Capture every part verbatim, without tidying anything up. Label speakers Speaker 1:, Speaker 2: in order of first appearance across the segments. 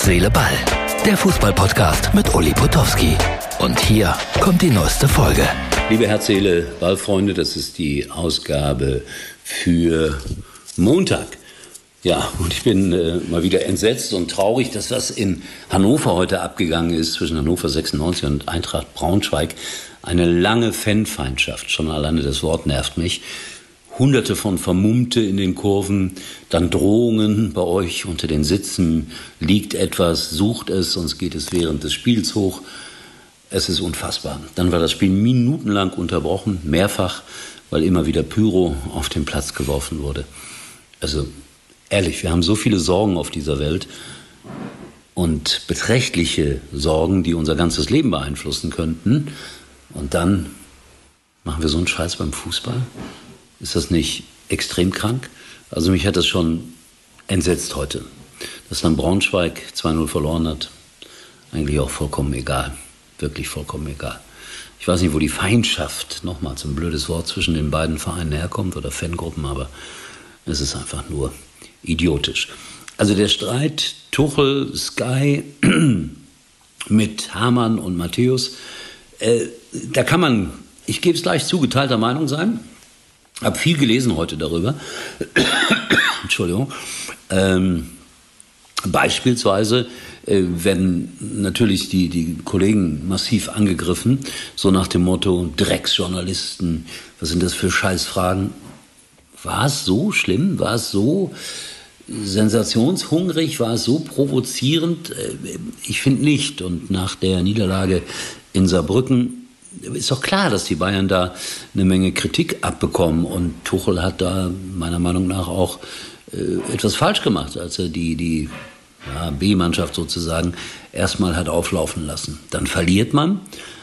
Speaker 1: Seele, Ball. Der Fußball-Podcast mit Uli Potowski. Und hier kommt die neueste Folge.
Speaker 2: Liebe Herz, Seele, Ball-Freunde, das ist die Ausgabe für Montag. Ja, und ich bin äh, mal wieder entsetzt und traurig, dass was in Hannover heute abgegangen ist, zwischen Hannover sechsundneunzig und Eintracht Braunschweig. Eine lange Fanfeindschaft, schon alleine das Wort nervt mich. Hunderte von Vermummte in den Kurven, dann Drohungen bei euch unter den Sitzen, liegt etwas, sucht es, sonst geht es während des Spiels hoch. Es ist unfassbar. Dann war das Spiel minutenlang unterbrochen, mehrfach, weil immer wieder Pyro auf den Platz geworfen wurde. Also ehrlich, wir haben so viele Sorgen auf dieser Welt und beträchtliche Sorgen, die unser ganzes Leben beeinflussen könnten. Und dann machen wir so einen Scheiß beim Fußball? Ist das nicht extrem krank? Also mich hat das schon entsetzt heute. Dass dann Braunschweig zwei null verloren hat, eigentlich auch vollkommen egal. Wirklich vollkommen egal. Ich weiß nicht, wo die Feindschaft, nochmals ein blödes Wort, zwischen den beiden Vereinen herkommt oder Fangruppen, aber es ist einfach nur idiotisch. Also der Streit Tuchel, Sky mit Hamann und Matthäus, äh, da kann man, ich gebe es gleich zu, geteilter Meinung sein. Habe viel gelesen heute darüber. Entschuldigung. Ähm, beispielsweise äh, werden natürlich die, die Kollegen massiv angegriffen, so nach dem Motto, Drecksjournalisten, was sind das für Scheißfragen? War es so schlimm? War es so sensationshungrig? War es so provozierend? Äh, ich finde nicht. Und nach der Niederlage in Saarbrücken ist doch klar, dass die Bayern da eine Menge Kritik abbekommen. Und Tuchel hat da meiner Meinung nach auch äh, etwas falsch gemacht, als er die, die ja, B-Mannschaft sozusagen erstmal hat auflaufen lassen. Dann verliert man.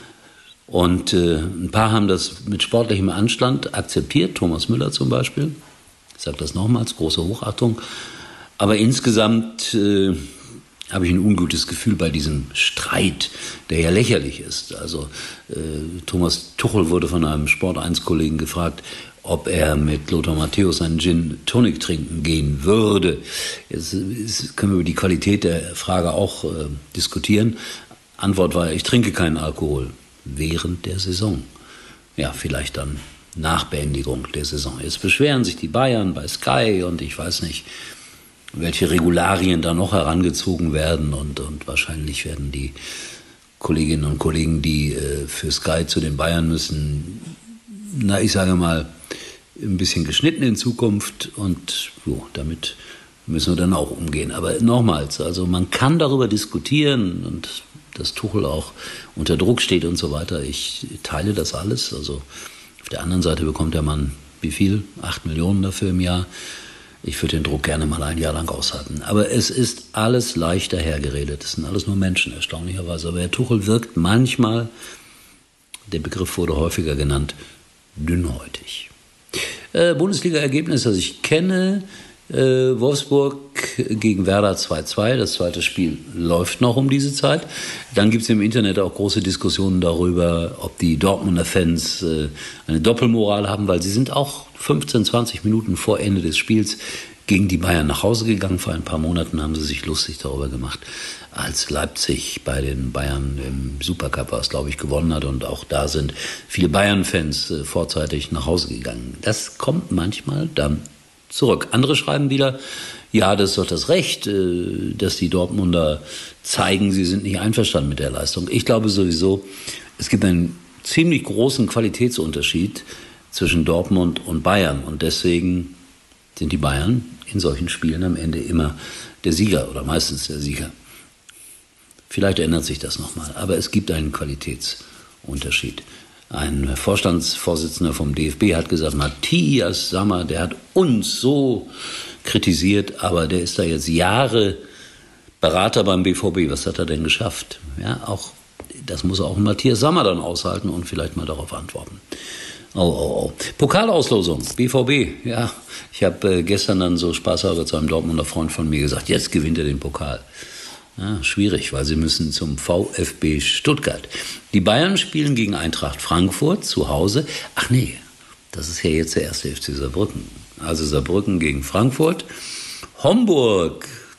Speaker 2: Und äh, ein paar haben das mit sportlichem Anstand akzeptiert. Thomas Müller zum Beispiel. Ich sage das nochmals, große Hochachtung. Aber insgesamt äh, habe ich ein ungutes Gefühl bei diesem Streit, der ja lächerlich ist. Also äh, Thomas Tuchel wurde von einem Sport eins Kollegen gefragt, ob er mit Lothar Matthäus einen Gin Tonic trinken gehen würde. Jetzt, jetzt können wir über die Qualität der Frage auch äh, diskutieren. Antwort war, ich trinke keinen Alkohol während der Saison. Ja, vielleicht dann nach Beendigung der Saison. Jetzt beschweren sich die Bayern bei Sky und ich weiß nicht, welche Regularien da noch herangezogen werden und, und wahrscheinlich werden die Kolleginnen und Kollegen, die äh, für Sky zu den Bayern müssen, na, ich sage mal, ein bisschen geschnitten in Zukunft und jo, damit müssen wir dann auch umgehen. Aber nochmals, also man kann darüber diskutieren und dass Tuchel auch unter Druck steht und so weiter. Ich teile das alles. Also auf der anderen Seite bekommt der Mann wie viel? Acht Millionen dafür im Jahr. Ich würde den Druck gerne mal ein Jahr lang aushalten. Aber es ist alles leicht dahergeredet. Das sind alles nur Menschen, erstaunlicherweise. Aber Herr Tuchel wirkt manchmal, der Begriff wurde häufiger genannt, dünnhäutig. Äh, Bundesliga-Ergebnis, das ich kenne, äh, Wolfsburg gegen Werder zwei zwei. Das zweite Spiel läuft noch um diese Zeit. Dann gibt es im Internet auch große Diskussionen darüber, ob die Dortmunder Fans äh, eine Doppelmoral haben, weil sie sind auch fünfzehn, zwanzig Minuten vor Ende des Spiels gegen die Bayern nach Hause gegangen. Vor ein paar Monaten haben sie sich lustig darüber gemacht, als Leipzig bei den Bayern im Supercup, was glaube ich gewonnen hat. Und auch da sind viele Bayern-Fans äh, vorzeitig nach Hause gegangen. Das kommt manchmal dann zurück. Andere schreiben wieder, ja, das ist doch das Recht, äh, dass die Dortmunder zeigen, sie sind nicht einverstanden mit der Leistung. Ich glaube sowieso, es gibt einen ziemlich großen Qualitätsunterschied zwischen Dortmund und Bayern. Und deswegen sind die Bayern in solchen Spielen am Ende immer der Sieger oder meistens der Sieger. Vielleicht ändert sich das nochmal, aber es gibt einen Qualitätsunterschied. Ein Vorstandsvorsitzender vom D F B hat gesagt, Matthias Sammer, der hat uns so kritisiert, aber der ist da jetzt Jahre Berater beim B V B. Was hat er denn geschafft? Ja, auch, das muss auch Matthias Sammer dann aushalten und vielleicht mal darauf antworten. Oh, oh, oh. Pokalauslosung, B V B, ja. Ich habe äh, gestern dann so spaßhalber zu einem Dortmunder Freund von mir gesagt, jetzt gewinnt er den Pokal. Ja, schwierig, weil sie müssen zum VfB Stuttgart. Die Bayern spielen gegen Eintracht Frankfurt zu Hause. Ach nee, das ist ja jetzt der erste F C Saarbrücken. Also Saarbrücken gegen Frankfurt. Homburg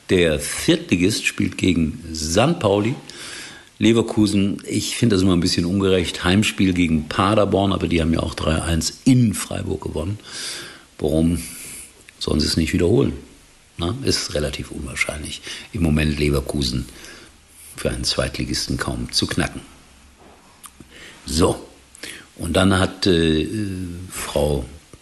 Speaker 2: Der Viertligist spielt gegen Sankt Pauli. Leverkusen, ich finde das immer ein bisschen ungerecht. Heimspiel gegen Paderborn, aber die haben ja auch drei eins in Freiburg gewonnen. Warum sollen sie es nicht wiederholen? Na, ist relativ unwahrscheinlich. Im Moment Leverkusen für einen Zweitligisten kaum zu knacken. So, und dann hat äh, Frau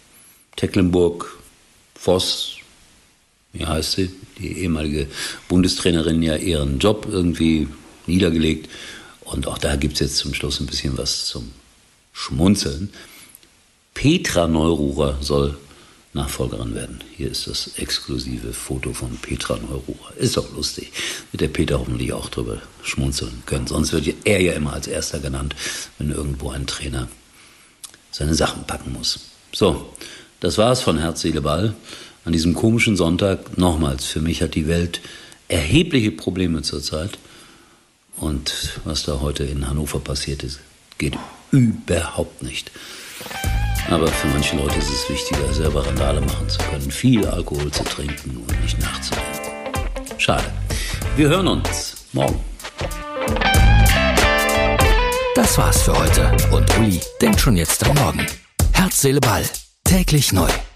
Speaker 2: Tecklenburg-Voss, wie heißt sie, die ehemalige Bundestrainerin, ja ihren Job irgendwie niedergelegt. Und auch da gibt es jetzt zum Schluss ein bisschen was zum Schmunzeln. Petra Neururer soll Nachfolgerin werden. Hier ist das exklusive Foto von Petra Neururer. Ist doch lustig. Wird der Peter hoffentlich auch drüber schmunzeln können. Sonst wird er ja immer als Erster genannt, wenn irgendwo ein Trainer seine Sachen packen muss. So, das war's von Herz, Seele, Ball. An diesem komischen Sonntag, nochmals, für mich hat die Welt erhebliche Probleme zurzeit. Und was da heute in Hannover passiert ist, geht überhaupt nicht. Aber für manche Leute ist es wichtiger, selber Randale machen zu können, viel Alkohol zu trinken und nicht nachzudenken. Schade. Wir hören uns morgen.
Speaker 1: Das war's für heute. Und Uli denkt schon jetzt am Morgen. Herz, Seele, Ball. Täglich neu.